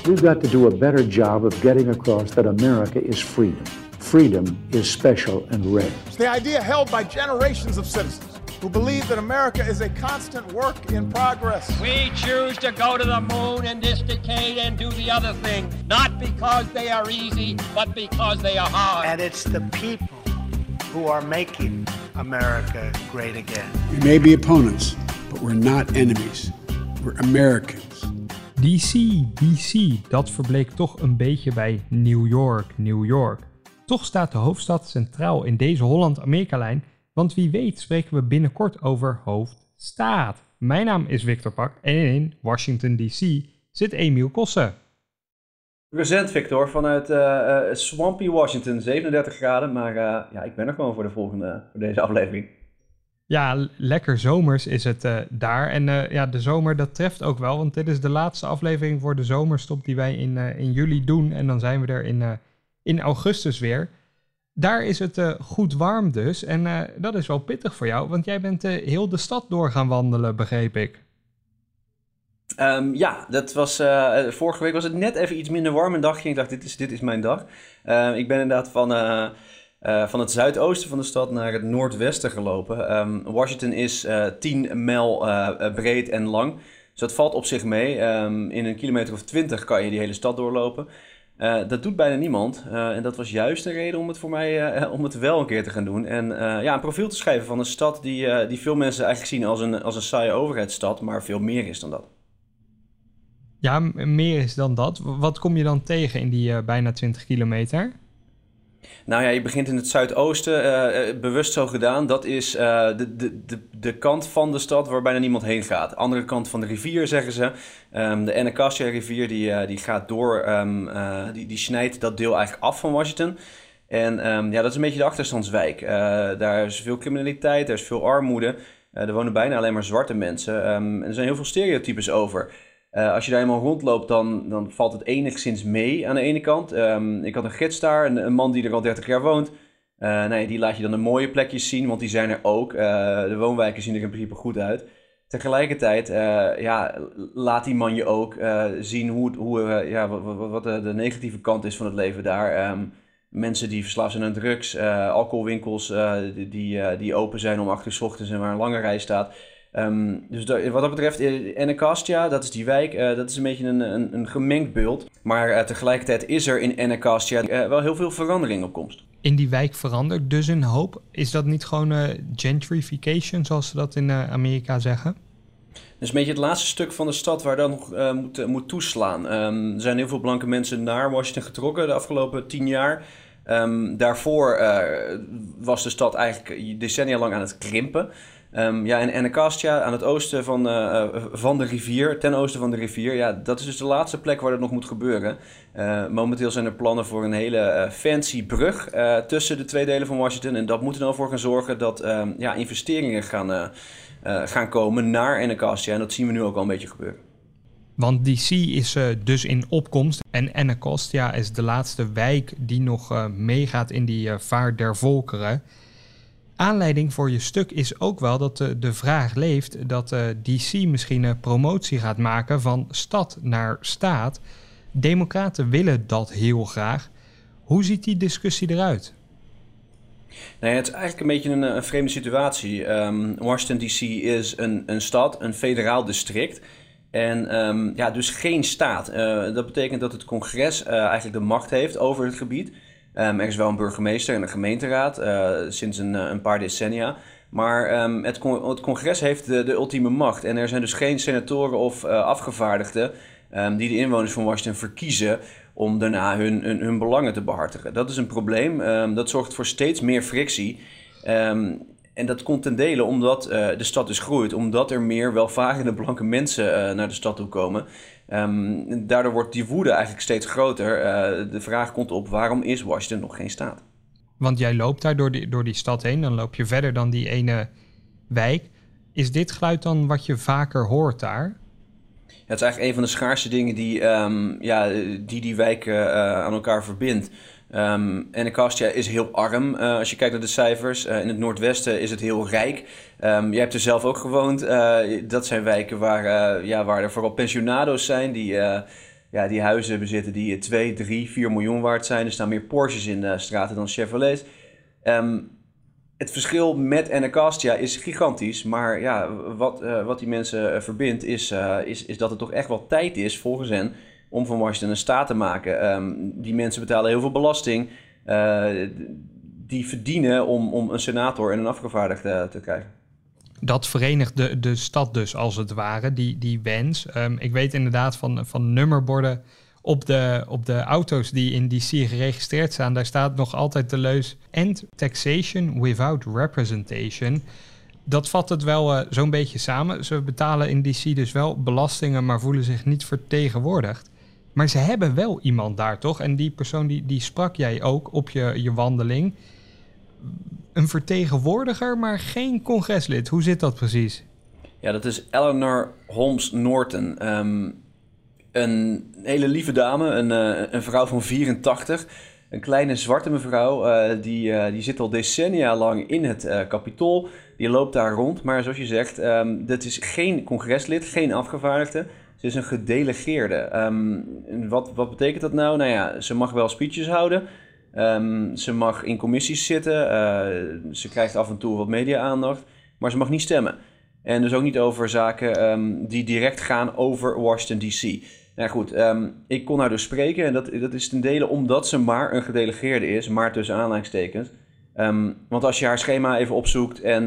We've got to do a better job of getting across that America is freedom. Freedom is special and rare. It's the idea held by generations of citizens who believe that America is a constant work in progress. We choose to go to the moon in this decade and do the other thing, not because they are easy, but because they are hard. And it's the people who are making America great again. We may be opponents, but we're not enemies. We're Americans. DC, dat verbleek toch een beetje bij New York. Toch staat de hoofdstad centraal in deze Holland-Amerika-lijn, want wie weet spreken we binnenkort over hoofdstaat. Mijn naam is Victor Pak en in Washington DC zit Emiel Kossen. Present Victor vanuit Swampy Washington, 37 graden, maar ik ben er gewoon voor deze aflevering. Ja, lekker zomers is het daar. En de zomer dat treft ook wel, want dit is de laatste aflevering voor de zomerstop die wij in juli doen. En dan zijn we er in augustus weer. Daar is het goed warm dus. En dat is wel pittig voor jou, want jij bent heel de stad door gaan wandelen, begreep ik. Dat was vorige week was het net even iets minder warm een dagje. Ik dacht, dit is mijn dag. Ik ben inderdaad van het zuidoosten van de stad naar het noordwesten gelopen. Washington is 10 mijl breed en lang. Dus dat valt op zich mee. In een kilometer of 20 kan je die hele stad doorlopen. Dat doet bijna niemand. En dat was juist de reden om het voor mij om het wel een keer te gaan doen. En een profiel te schrijven van een stad die veel mensen eigenlijk zien als een saaie overheidsstad, maar veel meer is dan dat. Ja, meer is dan dat. Wat kom je dan tegen in die bijna 20 kilometer? Nou ja, je begint in het zuidoosten, bewust zo gedaan. Dat is de kant van de stad waar bijna niemand heen gaat. Andere kant van de rivier, zeggen ze. De Anacostia-rivier die gaat door, die snijdt dat deel eigenlijk af van Washington. En dat is een beetje de achterstandswijk. Daar is veel criminaliteit, er is veel armoede. Er wonen bijna alleen maar zwarte mensen. En er zijn heel veel stereotypes over. Als je daar eenmaal rondloopt, dan valt het enigszins mee aan de ene kant. Ik had een gids daar, een man die er al 30 jaar woont. Die laat je dan de mooie plekjes zien, want die zijn er ook. De woonwijken zien er in principe goed uit. Tegelijkertijd laat die man je ook zien wat de negatieve kant is van het leven daar. Mensen die verslaafd zijn aan drugs, alcoholwinkels die open zijn om 8 uur 's ochtends en waar een lange rij staat. Dus wat dat betreft, Anacostia, dat is die wijk, dat is een beetje een gemengd beeld. Maar tegelijkertijd is er in Anacostia wel heel veel verandering op komst. In die wijk verandert dus een hoop. Is dat niet gewoon gentrification, zoals ze dat in Amerika zeggen? Dat is een beetje het laatste stuk van de stad waar dat nog moet toeslaan. Er zijn heel veel blanke mensen naar Washington getrokken de afgelopen 10 jaar. Daarvoor was de stad eigenlijk decennia lang aan het krimpen. In Anacostia, aan het oosten van de rivier, ten oosten van de rivier, dat is dus de laatste plek waar dat nog moet gebeuren. Momenteel zijn er plannen voor een hele fancy brug tussen de twee delen van Washington. En dat moet er dan voor gaan zorgen dat investeringen gaan komen naar Anacostia. En dat zien we nu ook al een beetje gebeuren. Want DC is dus in opkomst en Anacostia is de laatste wijk die nog meegaat in die vaart der volkeren. Aanleiding voor je stuk is ook wel dat de vraag leeft dat DC misschien promotie gaat maken van stad naar staat. Democraten willen dat heel graag. Hoe ziet die discussie eruit? Het is eigenlijk een beetje een vreemde situatie. Washington DC is een stad, een federaal district. En dus geen staat. Dat betekent dat het congres eigenlijk de macht heeft over het gebied. Er is wel een burgemeester en een gemeenteraad sinds een paar decennia. Maar het congres heeft de ultieme macht. En er zijn dus geen senatoren of afgevaardigden die de inwoners van Washington verkiezen om daarna hun belangen te behartigen. Dat is een probleem. Dat zorgt voor steeds meer frictie. En dat komt ten dele omdat de stad dus groeit. Omdat er meer welvarende blanke mensen naar de stad toe komen. Daardoor wordt die woede eigenlijk steeds groter. De vraag komt op, waarom is Washington nog geen staat? Want jij loopt daar door die stad heen, dan loop je verder dan die ene wijk. Is dit geluid dan wat je vaker hoort daar? Ja, het is eigenlijk een van de schaarste dingen die wijk aan elkaar verbindt. Anacostia is heel arm als je kijkt naar de cijfers. In het noordwesten is het heel rijk. Jij hebt er zelf ook gewoond. Dat zijn wijken waar er vooral pensionado's zijn die ja, die huizen bezitten die 2, 3, 4 miljoen waard zijn. Er staan meer Porsches in de straten dan Chevrolets. Het verschil met Anacostia is gigantisch. Maar ja, wat die mensen verbindt is dat het toch echt wel tijd is volgens hen om van Washington een staat te maken. Die mensen betalen heel veel belasting. Die verdienen om een senator en een afgevaardigde te krijgen. Dat verenigt de stad dus als het ware, die wens. Ik weet inderdaad van nummerborden op de auto's die in DC geregistreerd staan. Daar staat nog altijd de leus "End taxation without representation". Dat vat het wel zo'n beetje samen. Ze betalen in DC dus wel belastingen, maar voelen zich niet vertegenwoordigd. Maar ze hebben wel iemand daar, toch? En die persoon die sprak jij ook op je wandeling. Een vertegenwoordiger, maar geen congreslid. Hoe zit dat precies? Ja, dat is Eleanor Holmes Norton. Een hele lieve dame, een vrouw van 84. Een kleine zwarte mevrouw. Die zit al decennia lang in het Capitool. Die loopt daar rond. Maar zoals je zegt, dat is geen congreslid, geen afgevaardigde. Ze is een gedelegeerde. Wat betekent dat nou? Nou ja, ze mag wel speeches houden. Ze mag in commissies zitten. Ze krijgt af en toe wat media-aandacht. Maar ze mag niet stemmen. En dus ook niet over zaken die direct gaan over Washington D.C. Nou goed, ik kon haar dus spreken. En dat is ten dele omdat ze maar een gedelegeerde is. Maar tussen aanhalingstekens. Want als je haar schema even opzoekt en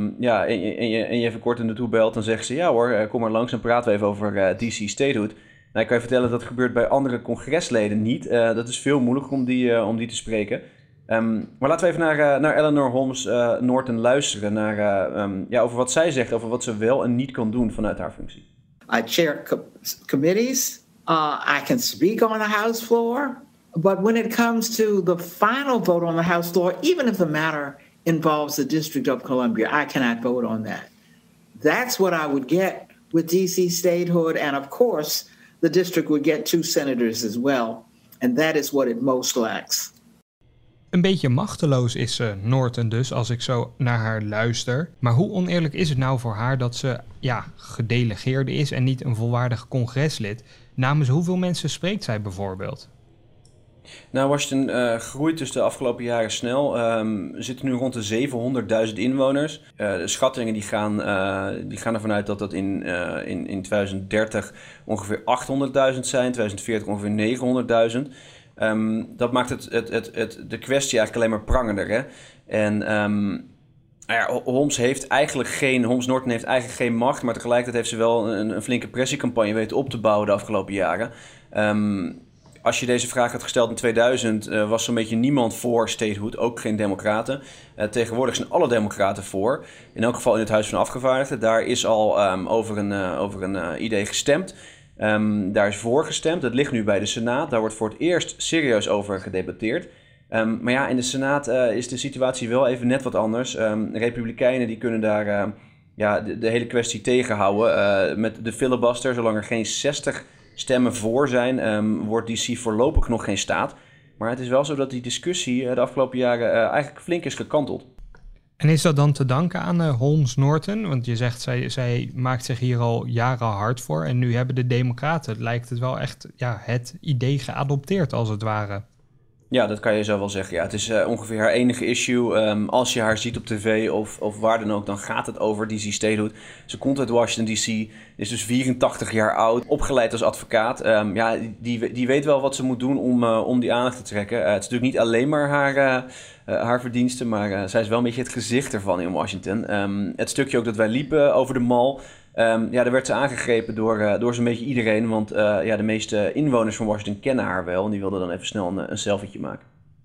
je even kort er naartoe belt, dan zegt ze: ja hoor, kom maar langs en praten we even over DC Statehood. Nou, ik kan je vertellen dat gebeurt bij andere congresleden niet. Dat is veel moeilijker om die te spreken. Maar laten we even naar Eleanor Holmes Norton luisteren. Over wat zij zegt, over wat ze wel en niet kan doen vanuit haar functie. I chair committees. I can speak on the House floor. But when it comes to the final vote on the House floor, even if the matter involves the District of Columbia, I cannot vote on that. That's what I would get with DC statehood. And of course, the district would get 2 senators as well. And that is what it most lacks. Een beetje machteloos is Norton dus, als ik zo naar haar luister. Maar hoe oneerlijk is het nou voor haar dat ze gedelegeerde is en niet een volwaardig congreslid? Namens hoeveel mensen spreekt zij bijvoorbeeld? Nou, Washington groeit dus de afgelopen jaren snel. We zitten nu rond de 700.000 inwoners. De schattingen die gaan ervan uit dat dat in 2030 ongeveer 800.000 zijn, 2040 ongeveer 900.000. Dat maakt de kwestie eigenlijk alleen maar prangender. Hè? En Holmes Norton heeft eigenlijk geen macht, maar tegelijkertijd heeft ze wel een flinke pressiecampagne weten op te bouwen de afgelopen jaren. Als je deze vraag had gesteld in 2000, was zo'n beetje niemand voor statehood, ook geen democraten. Tegenwoordig zijn alle democraten voor. In elk geval in het Huis van Afgevaardigden. Daar is al over een idee gestemd. Daar is voor gestemd. Dat ligt nu bij de Senaat. Daar wordt voor het eerst serieus over gedebatteerd. Maar ja, in de Senaat is de situatie wel even net wat anders. Republikeinen die kunnen daar de hele kwestie tegenhouden. Met de filibuster, zolang er geen 60 stemmen voor zijn, wordt DC voorlopig nog geen staat. Maar het is wel zo dat die discussie de afgelopen jaren eigenlijk flink is gekanteld. En is dat dan te danken aan Holmes Norton? Want je zegt, zij maakt zich hier al jaren hard voor. En nu hebben de democraten, lijkt het wel echt het idee geadopteerd als het ware. Ja, dat kan je zo wel zeggen. Ja, het is ongeveer haar enige issue. Als je haar ziet op tv of waar dan ook, dan gaat het over DC Statehood. Ze komt uit Washington D.C., is dus 84 jaar oud, opgeleid als advocaat. Die weet wel wat ze moet doen om die aandacht te trekken. Het is natuurlijk niet alleen maar haar verdiensten, maar zij is wel een beetje het gezicht ervan in Washington. Het stukje ook dat wij liepen over de Mall, daar werd ze aangegrepen door zo'n beetje iedereen. Want de meeste inwoners van Washington kennen haar wel. En die wilden dan even snel een selfietje maken.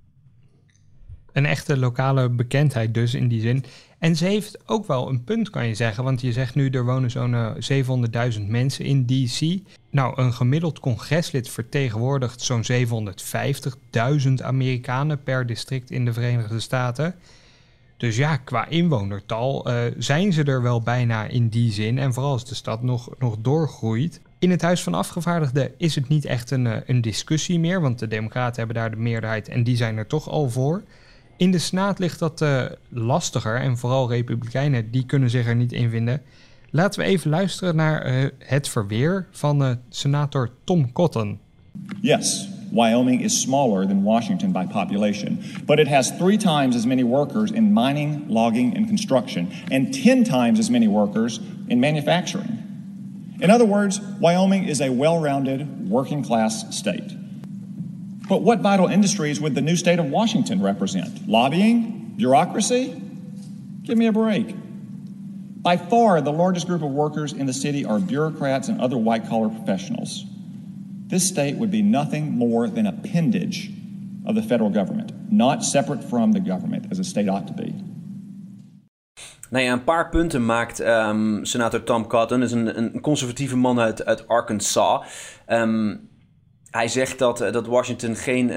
Een echte lokale bekendheid dus in die zin. En ze heeft ook wel een punt, kan je zeggen. Want je zegt nu, er wonen zo'n 700.000 mensen in D.C. Nou, een gemiddeld congreslid vertegenwoordigt zo'n 750.000 Amerikanen per district in de Verenigde Staten. Dus ja, qua inwonertal zijn ze er wel bijna in die zin. En vooral als de stad nog doorgroeit. In het Huis van Afgevaardigden is het niet echt een discussie meer. Want de democraten hebben daar de meerderheid en die zijn er toch al voor. In de Senaat ligt dat lastiger. En vooral republikeinen, die kunnen zich er niet in vinden. Laten we even luisteren naar het verweer van senator Tom Cotton. Yes, Wyoming is smaller than Washington by population, but it has 3 times as many workers in mining, logging, and construction, and 10 times as many workers in manufacturing. In other words, Wyoming is a well-rounded, working-class state. But what vital industries would the new state of Washington represent? Lobbying? Bureaucracy? Give me a break. By far, the largest group of workers in the city are bureaucrats and other white-collar professionals. This state would be nothing more than an appendage of the federal government, not separate from the government, as a state ought to be. Nou ja, een paar punten maakt senator Tom Cotton, is een conservatieve man uit Arkansas. Hij zegt dat Washington geen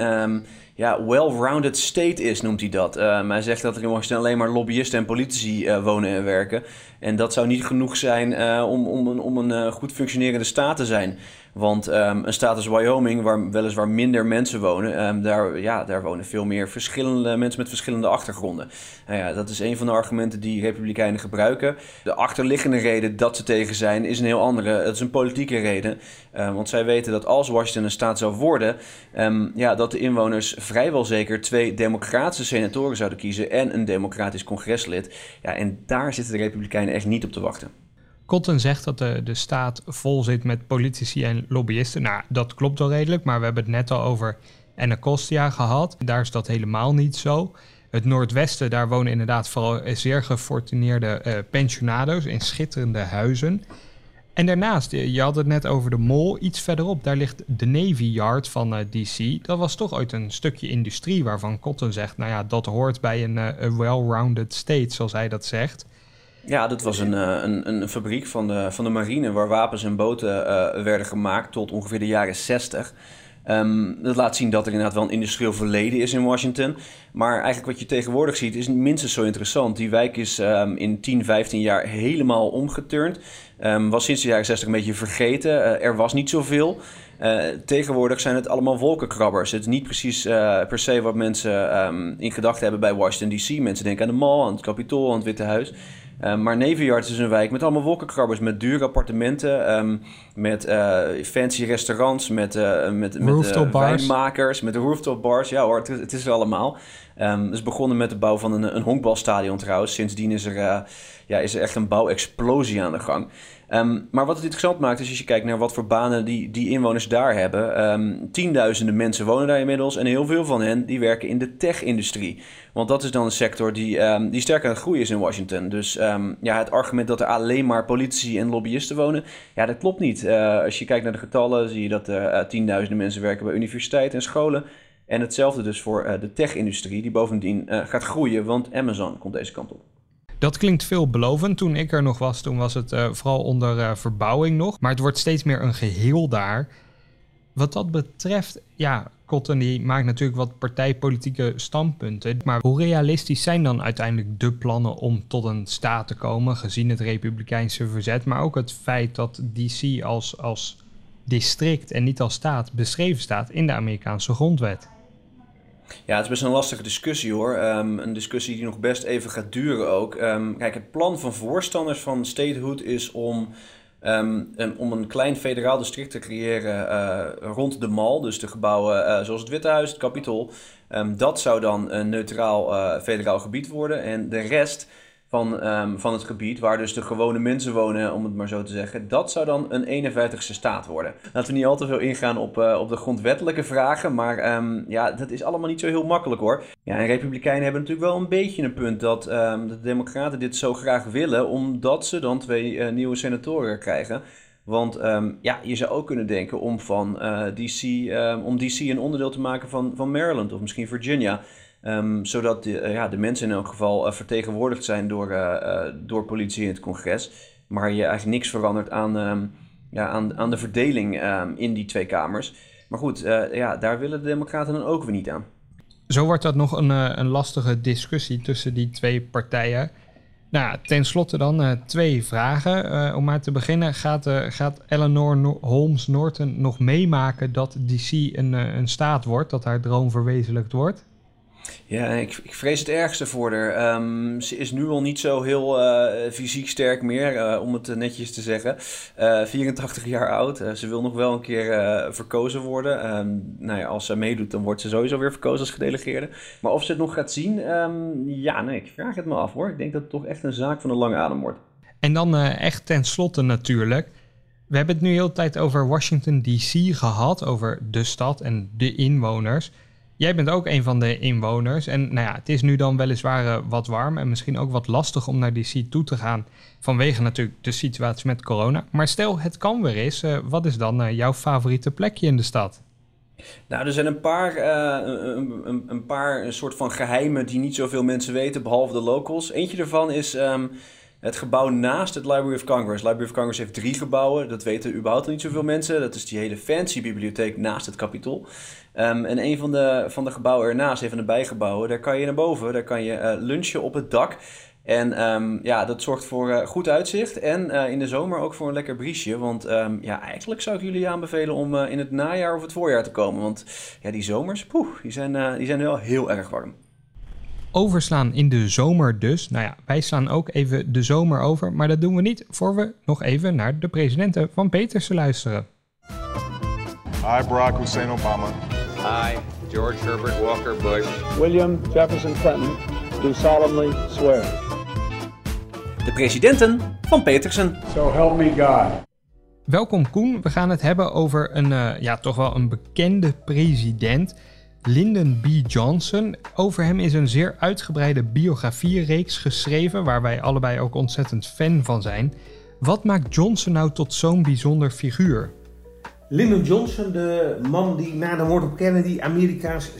well-rounded state is, noemt hij dat. Hij zegt dat er in Washington alleen maar lobbyisten en politici wonen en werken. En dat zou niet genoeg zijn om een goed functionerende staat te zijn. Want een staat als Wyoming, waar weliswaar minder mensen wonen, daar wonen veel meer verschillende mensen met verschillende achtergronden. Dat is een van de argumenten die Republikeinen gebruiken. De achterliggende reden dat ze tegen zijn is een heel andere. Het is een politieke reden. Want zij weten dat als Washington een staat zou worden, dat de inwoners vrijwel zeker 2 democratische senatoren zouden kiezen en een democratisch congreslid. Ja, en daar zitten de Republikeinen echt niet op te wachten. Cotton zegt dat de staat vol zit met politici en lobbyisten. Nou, dat klopt wel redelijk, maar we hebben het net al over Anacostia gehad. Daar is dat helemaal niet zo. Het Noordwesten, daar wonen inderdaad vooral zeer gefortuneerde pensionado's in schitterende huizen. En daarnaast, je had het net over de Mall, iets verderop, daar ligt de Navy Yard van DC. Dat was toch ooit een stukje industrie waarvan Cotton zegt, nou ja, dat hoort bij een well-rounded state, zoals hij dat zegt. Ja, dat was een fabriek van de marine waar wapens en boten werden gemaakt tot ongeveer de jaren 60. Dat laat zien dat er inderdaad wel een industrieel verleden is in Washington. Maar eigenlijk wat je tegenwoordig ziet is minstens zo interessant. Die wijk is in 10, 15 jaar helemaal omgeturnd. Was sinds de jaren 60 een beetje vergeten. Er was niet zoveel. Tegenwoordig zijn het allemaal wolkenkrabbers. Het is niet precies per se wat mensen in gedachten hebben bij Washington D.C. Mensen denken aan de Mall, aan het Capitool, aan het Witte Huis. Maar Navy Yard is een wijk met allemaal wolkenkrabbers, met dure appartementen, met fancy restaurants, met wijnmakers, met rooftop bars. Ja hoor, het is er allemaal. Het is begonnen met de bouw van een honkbalstadion trouwens. Sindsdien is er echt een bouwexplosie aan de gang. Maar wat het interessant maakt is als je kijkt naar wat voor banen die inwoners daar hebben. Tienduizenden mensen wonen daar inmiddels en heel veel van hen die werken in de tech-industrie. Want dat is dan een sector die sterk aan het groeien is in Washington. Dus het argument dat er alleen maar politici en lobbyisten wonen, ja, dat klopt niet. Als je kijkt naar de getallen zie je dat er tienduizenden mensen werken bij universiteiten en scholen. En hetzelfde dus voor de tech-industrie die bovendien gaat groeien, want Amazon komt deze kant op. Dat klinkt veelbelovend. Toen ik er nog was, toen was het vooral onder verbouwing nog. Maar het wordt steeds meer een geheel daar. Wat dat betreft, ja, Cotton die maakt natuurlijk wat partijpolitieke standpunten. Maar hoe realistisch zijn dan uiteindelijk de plannen om tot een staat te komen, gezien het republikeinse verzet, maar ook het feit dat DC als district en niet als staat beschreven staat in de Amerikaanse grondwet? Ja, het is best een lastige discussie hoor. Een discussie die nog best even gaat duren ook. Kijk, het plan van voorstanders van statehood is om een klein federaal district te creëren rond de Mall. Dus de gebouwen zoals het Witte Huis, het Capitool. Dat zou dan een neutraal federaal gebied worden. En de rest van het gebied, waar dus de gewone mensen wonen, om het maar zo te zeggen, dat zou dan een 51ste staat worden. Laten we niet al te veel ingaan op de grondwettelijke vragen, maar dat is allemaal niet zo heel makkelijk hoor. Ja, en Republikeinen hebben natuurlijk wel een beetje een punt dat de Democraten dit zo graag willen, omdat ze dan 2 nieuwe senatoren krijgen. Want je zou ook kunnen denken om van DC een onderdeel te maken van Maryland of misschien Virginia. Zodat de mensen in elk geval vertegenwoordigd zijn door politie in het congres. Maar je eigenlijk niks verandert aan de verdeling in die 2 kamers. Maar goed, daar willen de Democraten dan ook weer niet aan. Zo wordt dat nog een lastige discussie tussen die 2 partijen. Nou, ten slotte dan 2 vragen. Om maar te beginnen, gaat Eleanor Holmes Norton nog meemaken dat DC een staat wordt, dat haar droom verwezenlijkt wordt? Ja, ik vrees het ergste voor haar. Ze is nu al niet zo heel fysiek sterk meer, om het netjes te zeggen. 84 jaar oud. Ze wil nog wel een keer verkozen worden. Als ze meedoet, dan wordt ze sowieso weer verkozen als gedelegeerde. Maar of ze het nog gaat zien, ik vraag het me af hoor. Ik denk dat het toch echt een zaak van een lange adem wordt. En dan echt tenslotte natuurlijk. We hebben het nu heel de tijd over Washington D.C. gehad, over de stad en de inwoners. Jij bent ook een van de inwoners en het is nu dan weliswaar wat warm en misschien ook wat lastig om naar D.C. toe te gaan vanwege natuurlijk de situatie met corona. Maar stel het kan weer eens, wat is dan jouw favoriete plekje in de stad? Nou, er zijn een paar soort van geheimen die niet zoveel mensen weten, behalve de locals. Eentje daarvan is het gebouw naast het Library of Congress. Library of Congress heeft 3 gebouwen. Dat weten überhaupt niet zoveel mensen. Dat is die hele fancy bibliotheek naast het Capitool. En een van de gebouwen ernaast, een van de bijgebouwen, daar kan je naar boven. Daar kan je lunchen op het dak. En dat zorgt voor goed uitzicht. En in de zomer ook voor een lekker briesje. Want eigenlijk zou ik jullie aanbevelen om in het najaar of het voorjaar te komen. Want die zomers, die zijn wel heel erg warm. Overslaan in de zomer dus. Wij slaan ook even de zomer over. Maar dat doen we niet voor we nog even naar de presidenten van Petersen luisteren. I, Barack Hussein Obama. I, George Herbert Walker Bush. William Jefferson Clinton, do solemnly swear. De presidenten van Petersen. So help me God. Welkom Koen. We gaan het hebben over toch wel een bekende president, Lyndon B. Johnson. Over hem is een zeer uitgebreide biografiereeks geschreven, waar wij allebei ook ontzettend fan van zijn. Wat maakt Johnson nou tot zo'n bijzonder figuur? Lyndon Johnson, de man die na de moord op Kennedy Amerika's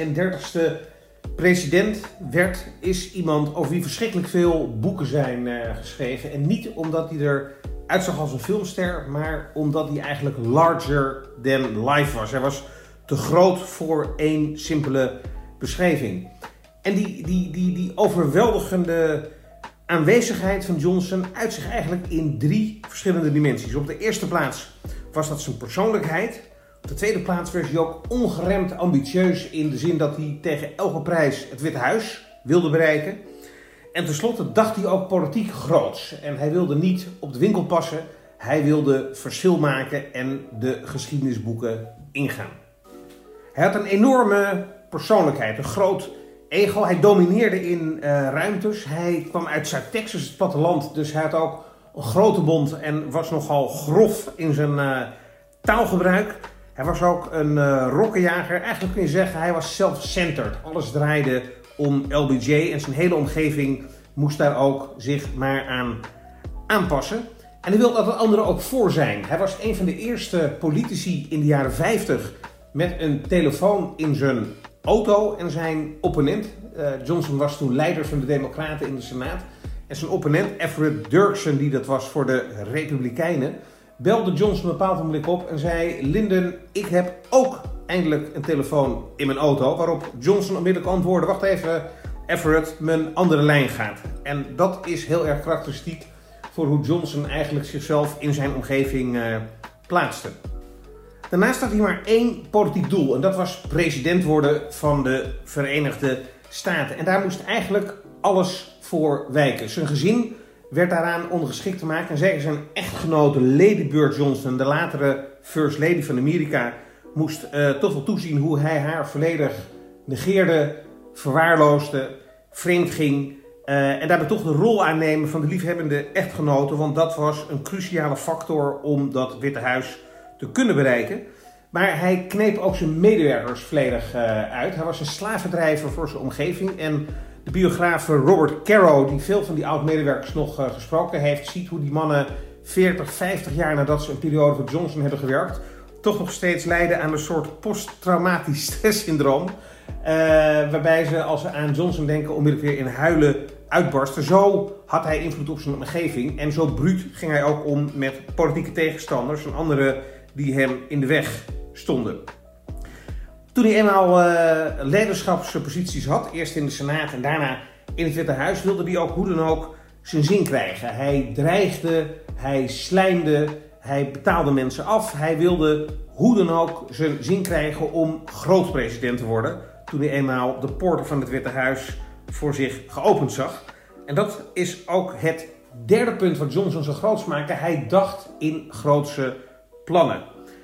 36e president werd, is iemand over wie verschrikkelijk veel boeken zijn geschreven. En niet omdat hij er uitzag als een filmster, maar omdat hij eigenlijk larger than life was. Hij was te groot voor één simpele beschrijving. En die overweldigende aanwezigheid van Johnson uit zich eigenlijk in 3 verschillende dimensies. Op de eerste plaats was dat zijn persoonlijkheid. Op de tweede plaats was hij ook ongeremd ambitieus in de zin dat hij tegen elke prijs het Witte Huis wilde bereiken. En tenslotte dacht hij ook politiek groots. En hij wilde niet op de winkel passen. Hij wilde verschil maken en de geschiedenisboeken ingaan. Hij had een enorme persoonlijkheid, een groot ego. Hij domineerde in ruimtes. Hij kwam uit Zuid-Texas, het platteland, dus hij had ook een grote mond en was nogal grof in zijn taalgebruik. Hij was ook een rokkenjager. Eigenlijk kun je zeggen, hij was self-centered. Alles draaide om LBJ en zijn hele omgeving moest daar ook zich maar aan aanpassen. En hij wilde dat de anderen ook voor zijn. Hij was een van de eerste politici in de jaren 50 met een telefoon in zijn auto en zijn opponent. Johnson was toen leider van de Democraten in de Senaat. En zijn opponent, Everett Dirksen, die dat was voor de Republikeinen, belde Johnson een bepaald moment op en zei: Lyndon, ik heb ook eindelijk een telefoon in mijn auto. Waarop Johnson onmiddellijk antwoordde: wacht even, Everett, mijn andere lijn gaat. En dat is heel erg karakteristiek voor hoe Johnson eigenlijk zichzelf in zijn omgeving plaatste. Daarnaast had hij maar 1 politiek doel en dat was president worden van de Verenigde Staten. En daar moest eigenlijk alles voor wijken. Zijn gezin werd daaraan ondergeschikt te maken en zeker zijn echtgenote Lady Bird Johnson, de latere First Lady van Amerika, moest toch wel toezien hoe hij haar volledig negeerde, verwaarloosde, vreemd ging en daarbij toch de rol aannemen van de liefhebbende echtgenote, want dat was een cruciale factor om dat Witte Huis te kunnen bereiken. Maar hij kneep ook zijn medewerkers volledig uit. Hij was een slavendrijver voor zijn omgeving. En de biograaf Robert Caro, die veel van die oud-medewerkers nog gesproken heeft, ziet hoe die mannen 40, 50 jaar nadat ze een periode voor Johnson hebben gewerkt, toch nog steeds lijden aan een soort posttraumatisch stresssyndroom. Waarbij ze, als ze aan Johnson denken, onmiddellijk weer in huilen uitbarsten. Zo had hij invloed op zijn omgeving. En zo bruut ging hij ook om met politieke tegenstanders en anderen die hem in de weg stonden. Toen hij eenmaal leiderschapsposities had, eerst in de Senaat en daarna in het Witte Huis, wilde hij ook hoe dan ook zijn zin krijgen. Hij dreigde, hij slijmde, hij betaalde mensen af. Hij wilde hoe dan ook zijn zin krijgen om grootpresident te worden. toen hij eenmaal de poorten van het Witte Huis voor zich geopend zag. En dat is ook het derde punt wat Johnson zo groots maakte. Hij dacht in grootse plannen.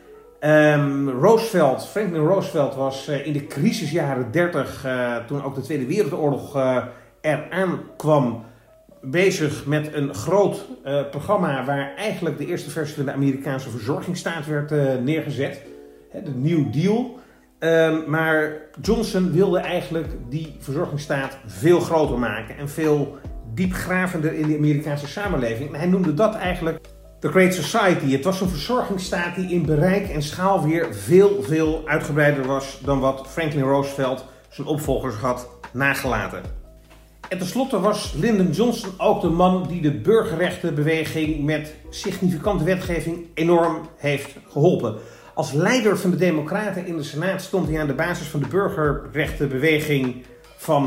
Franklin Roosevelt was in de crisisjaren 30, toen ook de Tweede Wereldoorlog eraan kwam, bezig met een groot programma waar eigenlijk de eerste versie van de Amerikaanse verzorgingsstaat werd neergezet. De New Deal. Maar Johnson wilde eigenlijk die verzorgingsstaat veel groter maken en veel diepgravender in de Amerikaanse samenleving. En hij noemde dat eigenlijk The Great Society. Het was een verzorgingsstaat die in bereik en schaal weer veel uitgebreider was dan wat Franklin Roosevelt zijn opvolgers had nagelaten. En tenslotte was Lyndon Johnson ook de man die de burgerrechtenbeweging met significante wetgeving enorm heeft geholpen. Als leider van de Democraten in de Senaat stond hij aan de basis van de burgerrechtenbeweging van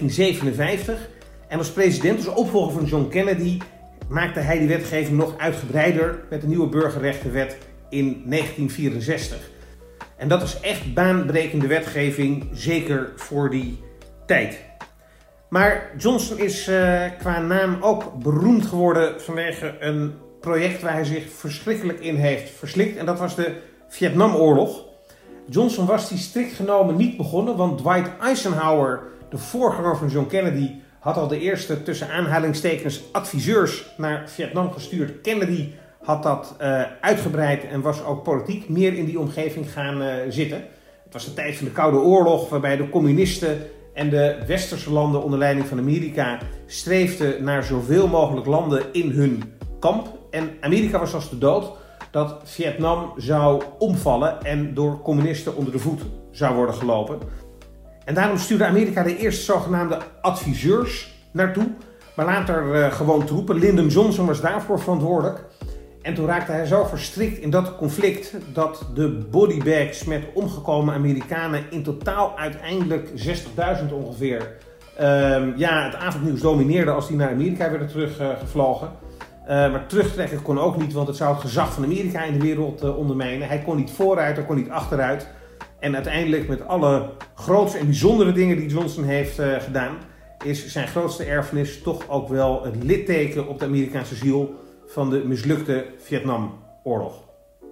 1957. En als president, als opvolger van John Kennedy, maakte hij die wetgeving nog uitgebreider met de nieuwe burgerrechtenwet in 1964. En dat is echt baanbrekende wetgeving, zeker voor die tijd. Maar Johnson is qua naam ook beroemd geworden vanwege een project waar hij zich verschrikkelijk in heeft verslikt. En dat was de Vietnamoorlog. Johnson was die strikt genomen niet begonnen, want Dwight Eisenhower, de voorganger van John Kennedy, had al de eerste tussen aanhalingstekens adviseurs naar Vietnam gestuurd. Kennedy had dat uitgebreid en was ook politiek meer in die omgeving gaan zitten. Het was de tijd van de Koude Oorlog, waarbij de communisten en de westerse landen onder leiding van Amerika streefden naar zoveel mogelijk landen in hun kamp. En Amerika was als de dood dat Vietnam zou omvallen en door communisten onder de voet zou worden gelopen. En daarom stuurde Amerika de eerste zogenaamde adviseurs naartoe, maar later gewoon troepen. Lyndon Johnson was daarvoor verantwoordelijk. En toen raakte hij zo verstrikt in dat conflict dat de bodybags met omgekomen Amerikanen in totaal uiteindelijk 60.000 ongeveer het avondnieuws domineerden als die naar Amerika werden teruggevlogen. Maar terugtrekken kon ook niet, want het zou het gezag van Amerika in de wereld ondermijnen. Hij kon niet vooruit, hij kon niet achteruit. En uiteindelijk met alle grootste en bijzondere dingen die Johnson heeft gedaan, is zijn grootste erfenis toch ook wel het litteken op de Amerikaanse ziel van de mislukte Vietnamoorlog.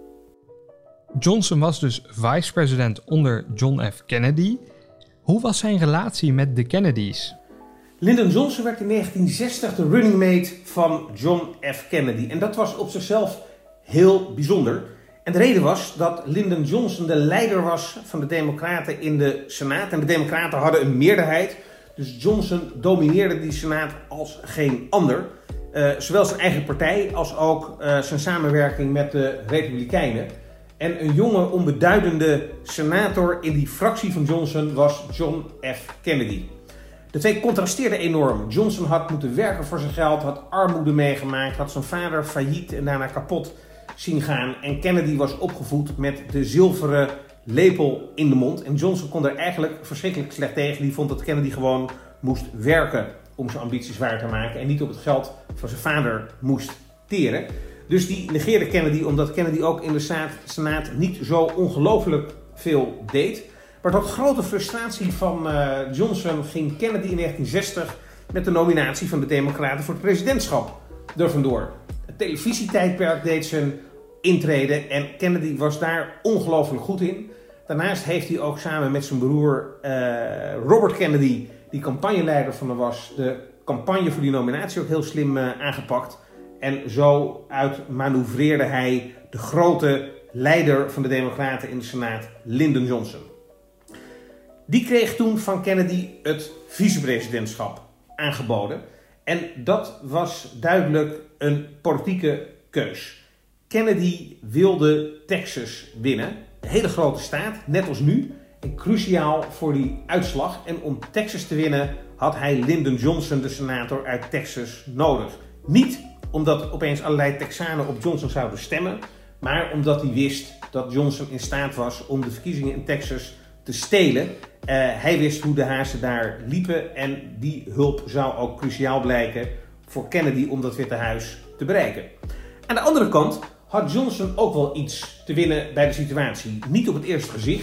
Johnson was dus vice-president onder John F. Kennedy. Hoe was zijn relatie met de Kennedys? Lyndon Johnson werd in 1960 de running mate van John F. Kennedy. En dat was op zichzelf heel bijzonder. En de reden was dat Lyndon Johnson de leider was van de Democraten in de Senaat. En de Democraten hadden een meerderheid. Dus Johnson domineerde die Senaat als geen ander. Zowel zijn eigen partij als ook zijn samenwerking met de Republikeinen. En een jonge, onbeduidende senator in die fractie van Johnson was John F. Kennedy. De twee contrasteerden enorm. Johnson had moeten werken voor zijn geld, had armoede meegemaakt, had zijn vader failliet en daarna kapot zien gaan. En Kennedy was opgevoed met de zilveren lepel in de mond. En Johnson kon er eigenlijk verschrikkelijk slecht tegen. Die vond dat Kennedy gewoon moest werken om zijn ambities waar te maken en niet op het geld van zijn vader moest teren. Dus die negeerde Kennedy omdat Kennedy ook in de Senaat niet zo ongelooflijk veel deed. Maar tot grote frustratie van Johnson ging Kennedy in 1960 met de nominatie van de Democraten voor het presidentschap er vandoor. Het televisietijdperk deed zijn intrede en Kennedy was daar ongelooflijk goed in. Daarnaast heeft hij ook samen met zijn broer Robert Kennedy, die campagneleider van hem was, de campagne voor die nominatie ook heel slim aangepakt. En zo uitmanoeuvreerde hij de grote leider van de Democraten in de Senaat, Lyndon Johnson. Die kreeg toen van Kennedy het vicepresidentschap aangeboden. En dat was duidelijk een politieke keus. Kennedy wilde Texas winnen. Een hele grote staat, net als nu. En cruciaal voor die uitslag. En om Texas te winnen had hij Lyndon Johnson, de senator uit Texas, nodig. Niet omdat opeens allerlei Texanen op Johnson zouden stemmen, maar omdat hij wist dat Johnson in staat was om de verkiezingen in Texas te stelen. Hij wist hoe de hazen daar liepen en die hulp zou ook cruciaal blijken voor Kennedy om dat Witte Huis te bereiken. Aan de andere kant had Johnson ook wel iets te winnen bij de situatie. Niet op het eerste gezicht,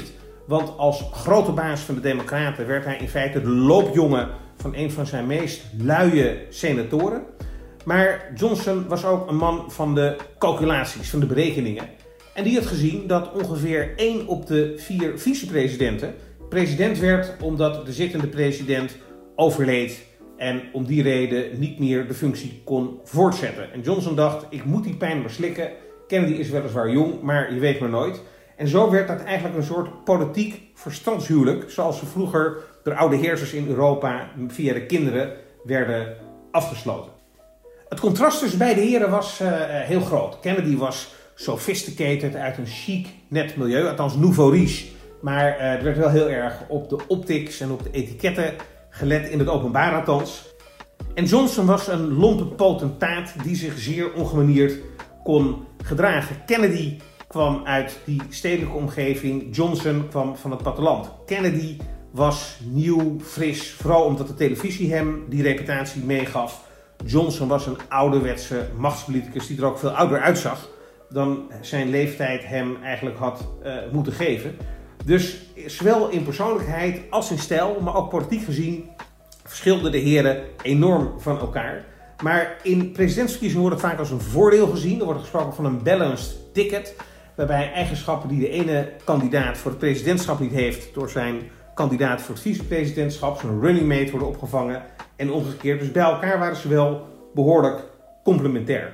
Want als grote baas van de Democraten werd hij in feite de loopjongen van een van zijn meest luie senatoren. Maar Johnson was ook een man van de calculaties, van de berekeningen. En die had gezien dat ongeveer 1 op de 4 vicepresidenten president werd omdat de zittende president overleed en om die reden niet meer de functie kon voortzetten. En Johnson dacht, ik moet die pijn maar slikken. Kennedy is weliswaar jong, maar je weet maar nooit. En zo werd dat eigenlijk een soort politiek verstandshuwelijk, zoals ze vroeger door oude heersers in Europa via de kinderen werden afgesloten. Het contrast tussen beide heren was heel groot. Kennedy was sophisticated uit een chic, net milieu, althans nouveau riche. Maar er werd wel heel erg op de optics en op de etiketten gelet, in het openbaar althans. En Johnson was een lompe potentaat die zich zeer ongemanierd kon gedragen. Kennedy kwam uit die stedelijke omgeving, Johnson kwam van het platteland. Kennedy was nieuw, fris, vooral omdat de televisie hem die reputatie meegaf. Johnson was een ouderwetse machtspoliticus die er ook veel ouder uitzag dan zijn leeftijd hem eigenlijk had moeten geven. Dus zowel in persoonlijkheid als in stijl, maar ook politiek gezien, verschilden de heren enorm van elkaar. Maar in presidentsverkiezingen wordt het vaak als een voordeel gezien. Er wordt gesproken van een balanced ticket, waarbij eigenschappen die de ene kandidaat voor het presidentschap niet heeft, door zijn kandidaat voor het vicepresidentschap, zo'n running mate, worden opgevangen en omgekeerd. Dus bij elkaar waren ze wel behoorlijk complementair.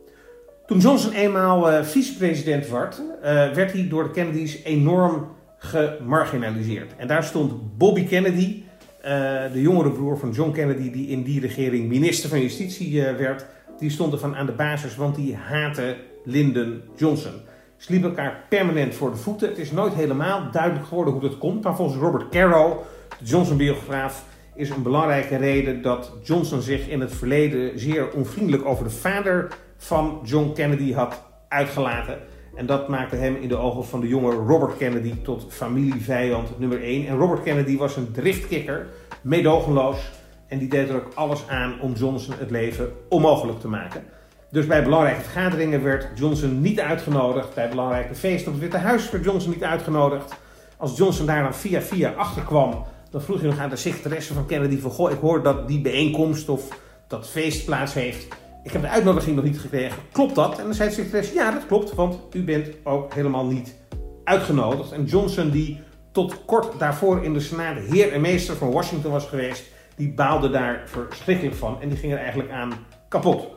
Toen Johnson eenmaal vicepresident werd hij door de Kennedys enorm gemarginaliseerd. En daar stond Bobby Kennedy, de jongere broer van John Kennedy, die in die regering minister van Justitie werd, die stond ervan aan de basis, want die haatte Lyndon Johnson. Ze liepen elkaar permanent voor de voeten. Het is nooit helemaal duidelijk geworden hoe dat komt, maar volgens Robert Caro, de Johnson-biograaf, is een belangrijke reden dat Johnson zich in het verleden zeer onvriendelijk over de vader van John Kennedy had uitgelaten. En dat maakte hem in de ogen van de jonge Robert Kennedy tot familievijand nummer 1. En Robert Kennedy was een driftkikker, meedogenloos. En die deed er ook alles aan om Johnson het leven onmogelijk te maken. Dus bij belangrijke vergaderingen werd Johnson niet uitgenodigd. Bij belangrijke feesten op het Witte Huis werd Johnson niet uitgenodigd. Als Johnson daar dan via achterkwam, dan vroeg hij nog aan de secretaresse van Kennedy van, goh, ik hoor dat die bijeenkomst of dat feest plaats heeft. Ik heb de uitnodiging nog niet gekregen. Klopt dat? En dan zei de secretaresse, ja, dat klopt, want u bent ook helemaal niet uitgenodigd. En Johnson, die tot kort daarvoor in de Senaat heer en meester van Washington was geweest, die baalde daar verschrikkelijk van en die ging er eigenlijk aan kapot.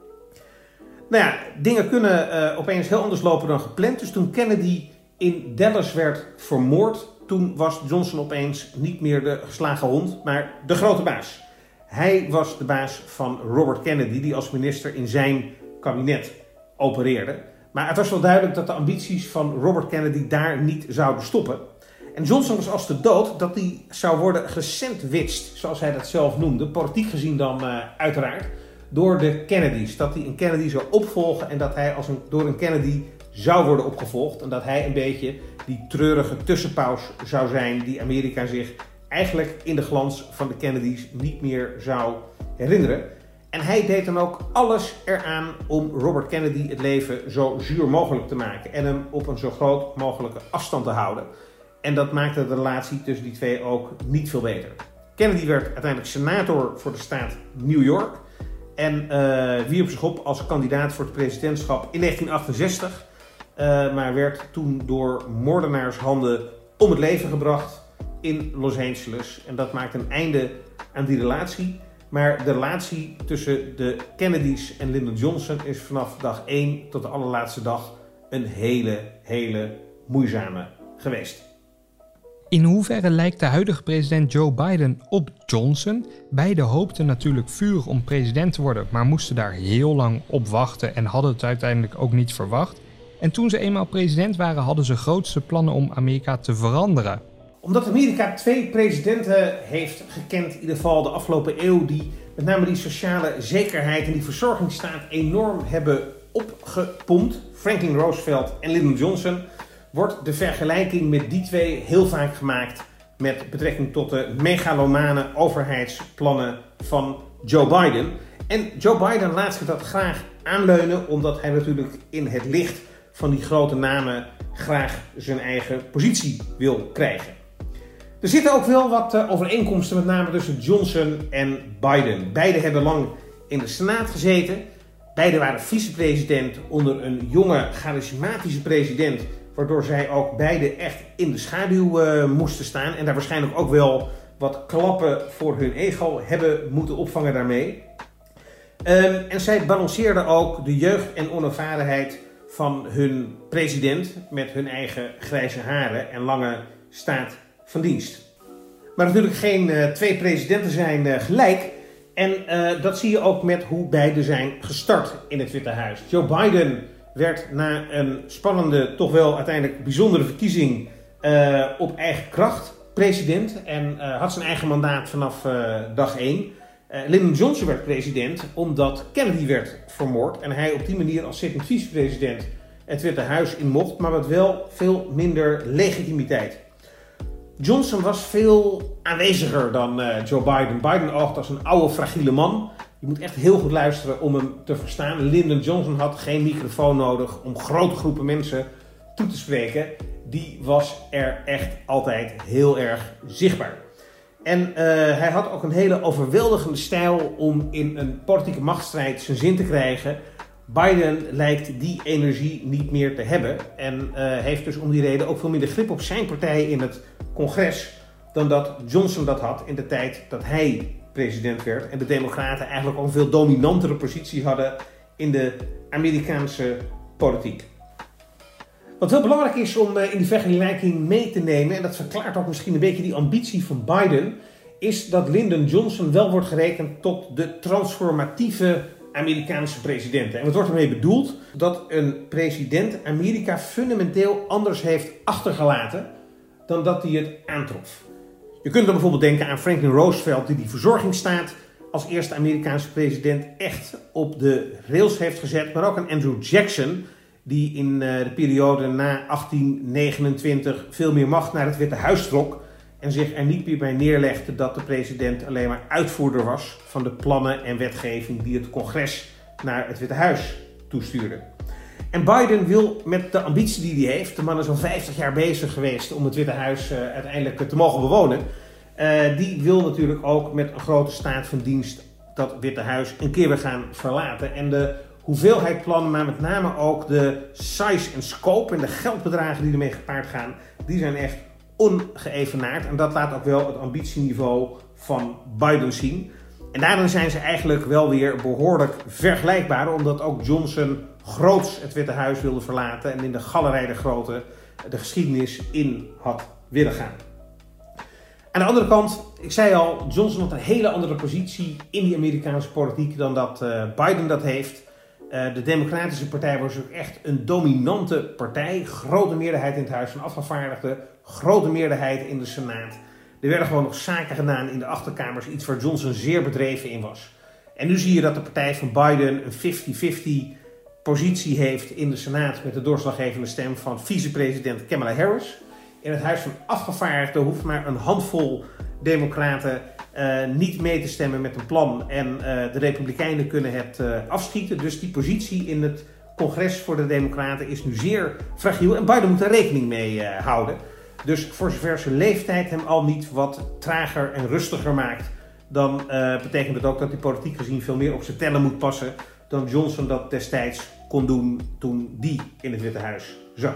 Nou ja, dingen kunnen opeens heel anders lopen dan gepland. Dus toen Kennedy in Dallas werd vermoord, toen was Johnson opeens niet meer de geslagen hond, maar de grote baas. Hij was de baas van Robert Kennedy, die als minister in zijn kabinet opereerde. Maar het was wel duidelijk dat de ambities van Robert Kennedy daar niet zouden stoppen. En Johnson was als de dood dat hij zou worden gesandwiched, zoals hij dat zelf noemde, politiek gezien dan uiteraard, door de Kennedys. Dat hij een Kennedy zou opvolgen en dat hij door een Kennedy zou worden opgevolgd. En dat hij een beetje die treurige tussenpaus zou zijn die Amerika zich eigenlijk in de glans van de Kennedys niet meer zou herinneren. En hij deed dan ook alles eraan om Robert Kennedy het leven zo zuur mogelijk te maken en hem op een zo groot mogelijke afstand te houden. En dat maakte de relatie tussen die twee ook niet veel beter. Kennedy werd uiteindelijk senator voor de staat New York en wierp zich op als kandidaat voor het presidentschap in 1968, maar werd toen door moordenaarshanden om het leven gebracht in Los Angeles. En dat maakt een einde aan die relatie. Maar de relatie tussen de Kennedys en Lyndon Johnson is vanaf dag 1 tot de allerlaatste dag een hele moeizame geweest. In hoeverre lijkt de huidige president Joe Biden op Johnson? Beiden hoopten natuurlijk vurig om president te worden, maar moesten daar heel lang op wachten en hadden het uiteindelijk ook niet verwacht. En toen ze eenmaal president waren, hadden ze grootste plannen om Amerika te veranderen. Omdat Amerika 2 presidenten heeft gekend, in ieder geval de afgelopen eeuw, die met name die sociale zekerheid en die verzorgingsstaat enorm hebben opgepompt, Franklin Roosevelt en Lyndon Johnson, wordt de vergelijking met die twee heel vaak gemaakt met betrekking tot de megalomane overheidsplannen van Joe Biden. En Joe Biden laat zich dat graag aanleunen, omdat hij natuurlijk in het licht van die grote namen graag zijn eigen positie wil krijgen. Er zitten ook wel wat overeenkomsten, met name tussen Johnson en Biden. Beiden hebben lang in de Senaat gezeten. Beiden waren vicepresident onder een jonge, charismatische president, waardoor zij ook beide echt in de schaduw moesten staan. En daar waarschijnlijk ook wel wat klappen voor hun ego hebben moeten opvangen daarmee. En zij balanceerden ook de jeugd en onervarenheid van hun president met hun eigen grijze haren en lange staat van dienst. Maar natuurlijk geen twee presidenten zijn gelijk. En dat zie je ook met hoe beide zijn gestart in het Witte Huis. Joe Biden werd na een spannende, toch wel uiteindelijk bijzondere verkiezing op eigen kracht president. En had zijn eigen mandaat vanaf dag 1. Lyndon Johnson werd president omdat Kennedy werd vermoord. En hij op die manier als zittend vicepresident het Witte Huis in mocht. Maar met wel veel minder legitimiteit. Johnson was veel aanweziger dan Joe Biden. Biden oogt als een oude, fragiele man. Je moet echt heel goed luisteren om hem te verstaan. Lyndon Johnson had geen microfoon nodig om grote groepen mensen toe te spreken. Die was er echt altijd heel erg zichtbaar. En hij had ook een hele overweldigende stijl om in een politieke machtsstrijd zijn zin te krijgen. Biden lijkt die energie niet meer te hebben. En heeft dus om die reden ook veel minder grip op zijn partij in het congres dan dat Johnson dat had in de tijd dat hij president werd. En de Democraten eigenlijk ook een veel dominantere positie hadden in de Amerikaanse politiek. Wat heel belangrijk is om in die vergelijking mee te nemen, en dat verklaart ook misschien een beetje die ambitie van Biden, is dat Lyndon Johnson wel wordt gerekend tot de transformatieve Amerikaanse president. En wat wordt ermee bedoeld? Dat een president Amerika fundamenteel anders heeft achtergelaten dan dat hij het aantrof. Je kunt dan bijvoorbeeld denken aan Franklin Roosevelt, die verzorgingsstaat als eerste Amerikaanse president echt op de rails heeft gezet. Maar ook aan Andrew Jackson, die in de periode na 1829 veel meer macht naar het Witte Huis trok en zich er niet meer bij neerlegde dat de president alleen maar uitvoerder was van de plannen en wetgeving die het congres naar het Witte Huis toestuurde. En Biden wil met de ambitie die hij heeft, de man is al 50 jaar bezig geweest om het Witte Huis uiteindelijk te mogen bewonen, die wil natuurlijk ook met een grote staat van dienst dat Witte Huis een keer weer gaan verlaten. En de hoeveelheid plannen, maar met name ook de size en scope en de geldbedragen die ermee gepaard gaan, die zijn echt ongeëvenaard. En dat laat ook wel het ambitieniveau van Biden zien. En daarin zijn ze eigenlijk wel weer behoorlijk vergelijkbaar, omdat ook Johnson groots het Witte Huis wilde verlaten en in de galerij de Grote de geschiedenis in had willen gaan. Aan de andere kant, ik zei al, Johnson had een hele andere positie in die Amerikaanse politiek dan dat Biden dat heeft. De Democratische Partij was ook echt een dominante partij. Grote meerderheid in het Huis van Afgevaardigden, grote meerderheid in de Senaat. Er werden gewoon nog zaken gedaan in de achterkamers, iets waar Johnson zeer bedreven in was. En nu zie je dat de partij van Biden een 50-50 positie heeft in de Senaat met de doorslaggevende stem van vicepresident Kamala Harris. In het Huis van Afgevaardigden hoeft maar een handvol democraten niet mee te stemmen met een plan. En de republikeinen kunnen het afschieten. Dus die positie in het congres voor de democraten is nu zeer fragiel. En Biden moet daar rekening mee houden. Dus voor zover zijn leeftijd hem al niet wat trager en rustiger maakt, dan betekent het ook dat hij politiek gezien veel meer op zijn tellen moet passen dan Johnson dat destijds kon doen toen die in het Witte Huis zat.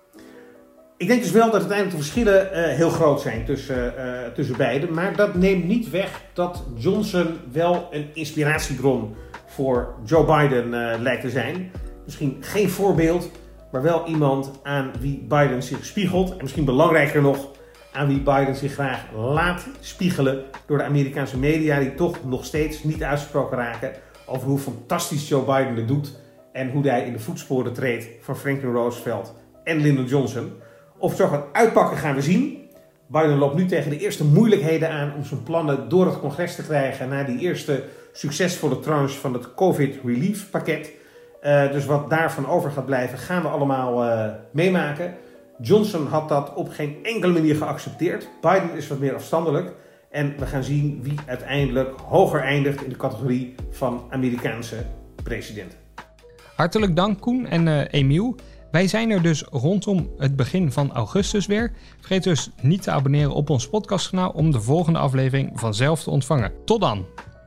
Ik denk dus wel dat uiteindelijk de verschillen heel groot zijn tussen beiden. Maar dat neemt niet weg dat Johnson wel een inspiratiebron voor Joe Biden lijkt te zijn. Misschien geen voorbeeld, maar wel iemand aan wie Biden zich spiegelt. En misschien belangrijker nog, aan wie Biden zich graag laat spiegelen door de Amerikaanse media, die toch nog steeds niet uitgesproken raken over hoe fantastisch Joe Biden het doet en hoe hij in de voetsporen treedt van Franklin Roosevelt en Lyndon Johnson. Of het zo gaat uitpakken gaan we zien. Biden loopt nu tegen de eerste moeilijkheden aan om zijn plannen door het congres te krijgen na die eerste succesvolle tranche van het COVID relief pakket. Dus wat daarvan over gaat blijven gaan we allemaal meemaken. Johnson had dat op geen enkele manier geaccepteerd. Biden is wat meer afstandelijk. En we gaan zien wie uiteindelijk hoger eindigt in de categorie van Amerikaanse president. Hartelijk dank Koen en Emiel. Wij zijn er dus rondom het begin van augustus weer. Vergeet dus niet te abonneren op ons podcastkanaal om de volgende aflevering vanzelf te ontvangen. Tot dan!